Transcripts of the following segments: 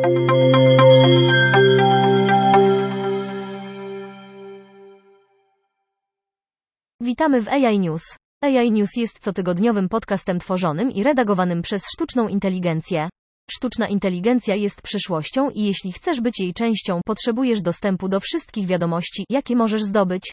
Witamy w AI News. AI News jest cotygodniowym podcastem tworzonym i redagowanym przez sztuczną inteligencję. Sztuczna inteligencja jest przyszłością i jeśli chcesz być jej częścią, potrzebujesz dostępu do wszystkich wiadomości, jakie możesz zdobyć.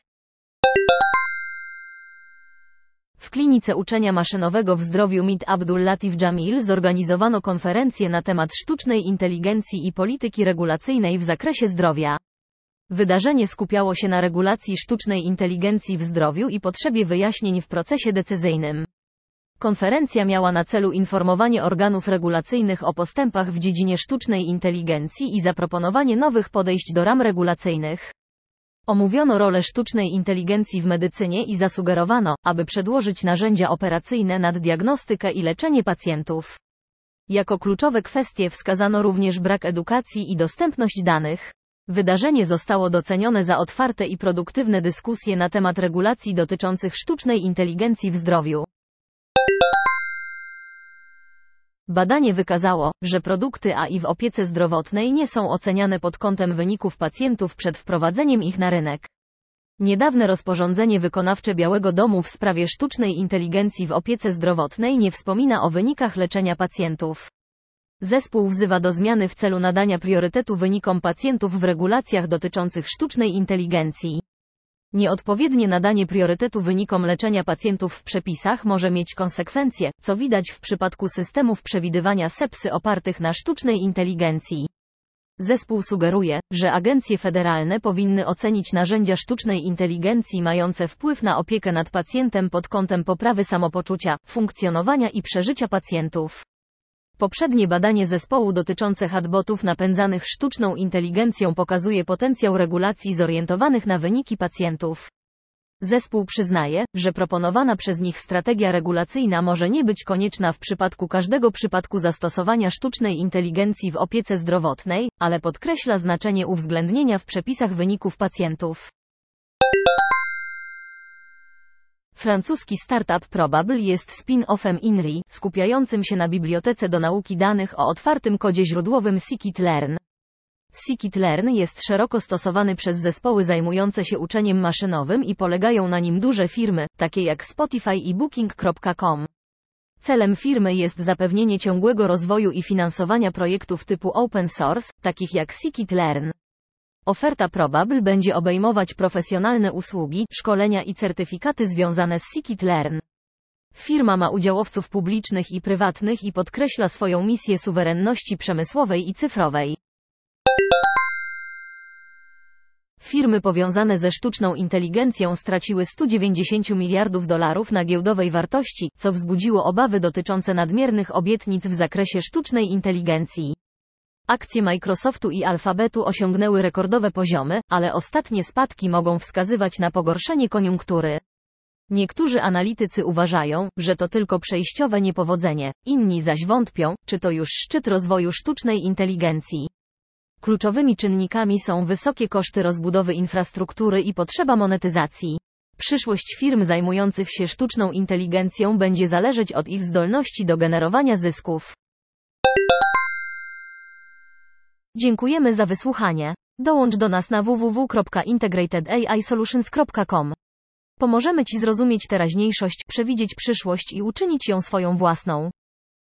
W Klinice Uczenia Maszynowego w Zdrowiu Mit Abdul Latif Jamil zorganizowano konferencję na temat sztucznej inteligencji i polityki regulacyjnej w zakresie zdrowia. Wydarzenie skupiało się na regulacji sztucznej inteligencji w zdrowiu i potrzebie wyjaśnień w procesie decyzyjnym. Konferencja miała na celu informowanie organów regulacyjnych o postępach w dziedzinie sztucznej inteligencji i zaproponowanie nowych podejść do ram regulacyjnych. Omówiono rolę sztucznej inteligencji w medycynie i zasugerowano, aby przedłożyć narzędzia operacyjne nad diagnostykę i leczenie pacjentów. Jako kluczowe kwestie wskazano również brak edukacji i dostępność danych. Wydarzenie zostało docenione za otwarte i produktywne dyskusje na temat regulacji dotyczących sztucznej inteligencji w zdrowiu. Badanie wykazało, że produkty AI w opiece zdrowotnej nie są oceniane pod kątem wyników pacjentów przed wprowadzeniem ich na rynek. Niedawne rozporządzenie wykonawcze Białego Domu w sprawie sztucznej inteligencji w opiece zdrowotnej nie wspomina o wynikach leczenia pacjentów. Zespół wzywa do zmiany w celu nadania priorytetu wynikom pacjentów w regulacjach dotyczących sztucznej inteligencji. Nieodpowiednie nadanie priorytetu wynikom leczenia pacjentów w przepisach może mieć konsekwencje, co widać w przypadku systemów przewidywania sepsy opartych na sztucznej inteligencji. Zespół sugeruje, że agencje federalne powinny ocenić narzędzia sztucznej inteligencji mające wpływ na opiekę nad pacjentem pod kątem poprawy samopoczucia, funkcjonowania i przeżycia pacjentów. Poprzednie badanie zespołu dotyczące chatbotów napędzanych sztuczną inteligencją pokazuje potencjał regulacji zorientowanych na wyniki pacjentów. Zespół przyznaje, że proponowana przez nich strategia regulacyjna może nie być konieczna w przypadku każdego przypadku zastosowania sztucznej inteligencji w opiece zdrowotnej, ale podkreśla znaczenie uwzględnienia w przepisach wyników pacjentów. Francuski startup Probable jest spin-offem INRI, skupiającym się na bibliotece do nauki danych o otwartym kodzie źródłowym Scikit-learn. Scikit-learn jest szeroko stosowany przez zespoły zajmujące się uczeniem maszynowym i polegają na nim duże firmy, takie jak Spotify i Booking.com. Celem firmy jest zapewnienie ciągłego rozwoju i finansowania projektów typu open source, takich jak Scikit-learn. Oferta Probable będzie obejmować profesjonalne usługi, szkolenia i certyfikaty związane z Scikit-learn. Firma ma udziałowców publicznych i prywatnych i podkreśla swoją misję suwerenności przemysłowej i cyfrowej. Firmy powiązane ze sztuczną inteligencją straciły $190 miliardów na giełdowej wartości, co wzbudziło obawy dotyczące nadmiernych obietnic w zakresie sztucznej inteligencji. Akcje Microsoftu i Alphabetu osiągnęły rekordowe poziomy, ale ostatnie spadki mogą wskazywać na pogorszenie koniunktury. Niektórzy analitycy uważają, że to tylko przejściowe niepowodzenie, inni zaś wątpią, czy to już szczyt rozwoju sztucznej inteligencji. Kluczowymi czynnikami są wysokie koszty rozbudowy infrastruktury i potrzeba monetyzacji. Przyszłość firm zajmujących się sztuczną inteligencją będzie zależeć od ich zdolności do generowania zysków. Dziękujemy za wysłuchanie. Dołącz do nas na www.integratedAIsolutions.com. Pomożemy Ci zrozumieć teraźniejszość, przewidzieć przyszłość i uczynić ją swoją własną.